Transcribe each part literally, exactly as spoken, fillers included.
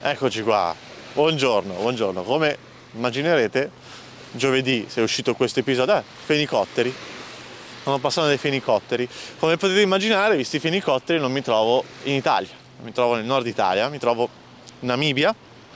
Eccoci qua, buongiorno, buongiorno. Come immaginerete, giovedì, se è uscito questo episodio, eh, fenicotteri. Stiamo passando dei fenicotteri. Come potete immaginare, visti i fenicotteri, non mi trovo in Italia, mi trovo nel nord Italia, mi trovo in Namibia.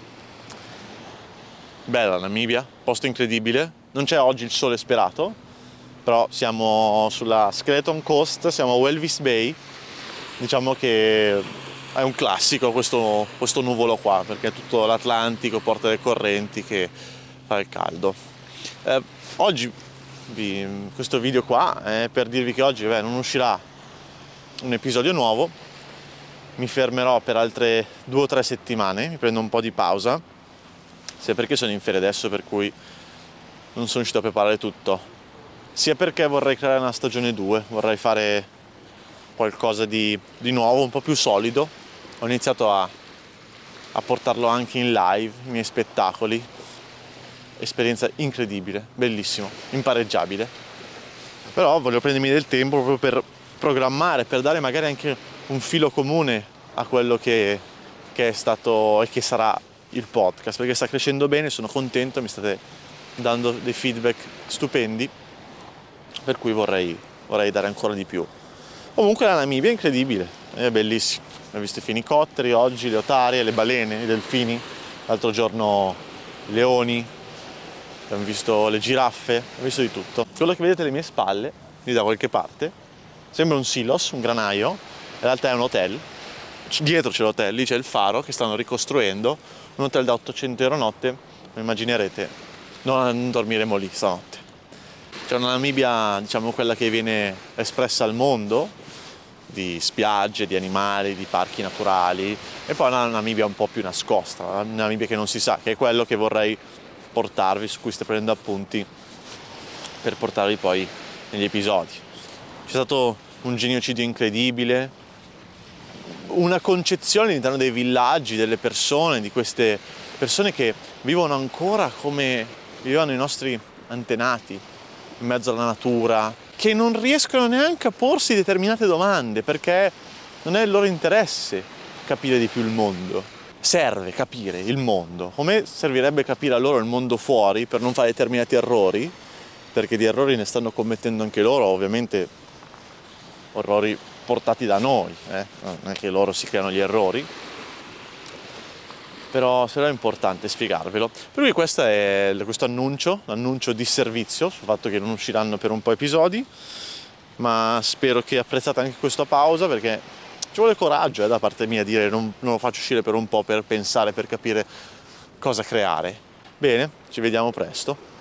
Bella Namibia, posto incredibile. Non c'è oggi il sole sperato, però siamo sulla Skeleton Coast, siamo a Walvis Bay. Diciamo che è un classico questo, questo nuvolo qua, perché tutto l'Atlantico porta le correnti che fa il caldo. Eh, oggi vi, questo video qua è per dirvi che oggi beh, non uscirà un episodio nuovo, mi fermerò per altre due o tre settimane, mi prendo un po' di pausa, sia perché sono in ferie adesso, per cui non sono riuscito a preparare tutto, sia perché vorrei creare una stagione due, vorrei fare qualcosa di, di nuovo, un po' più solido. Ho iniziato a, a portarlo anche in live, i miei spettacoli. Esperienza incredibile, bellissimo, impareggiabile. Però voglio prendermi del tempo proprio per programmare, per dare magari anche un filo comune a quello che, che è stato e che sarà il podcast, perché sta crescendo bene, sono contento, mi state dando dei feedback stupendi, per cui vorrei, vorrei dare ancora di più. Comunque la Namibia è incredibile, è bellissima. Ho visto i fenicotteri oggi, le otarie, le balene, i delfini. L'altro giorno leoni, abbiamo visto le giraffe, ho visto di tutto. Quello che vedete alle mie spalle, lì da qualche parte, sembra un silos, un granaio. In realtà è un hotel. Dietro c'è l'hotel, lì c'è il faro che stanno ricostruendo. Un hotel da ottocento euro notte, lo immaginerete, non dormiremo lì stanotte. C'è una Namibia, diciamo quella che viene espressa al mondo, di spiagge, di animali, di parchi naturali, e poi una Namibia un po' più nascosta, una Namibia che non si sa, che è quello che vorrei portarvi, su cui sto prendendo appunti per portarvi poi negli episodi. C'è stato un genocidio incredibile, una concezione all'interno dei villaggi, delle persone, di queste persone che vivono ancora come vivevano i nostri antenati, in mezzo alla natura, che non riescono neanche a porsi determinate domande, perché non è il loro interesse capire di più il mondo. Serve capire il mondo, come servirebbe capire a loro il mondo fuori per non fare determinati errori, perché di errori ne stanno commettendo anche loro, ovviamente errori portati da noi, eh? Non è che loro si creano gli errori, però sarà importante spiegarvelo. Per cui questo è questo annuncio, l'annuncio di servizio sul fatto che non usciranno per un po' episodi, ma spero che apprezzate anche questa pausa, perché ci vuole coraggio eh, da parte mia dire non, non lo faccio uscire per un po' per pensare, per capire cosa creare. Bene, ci vediamo presto.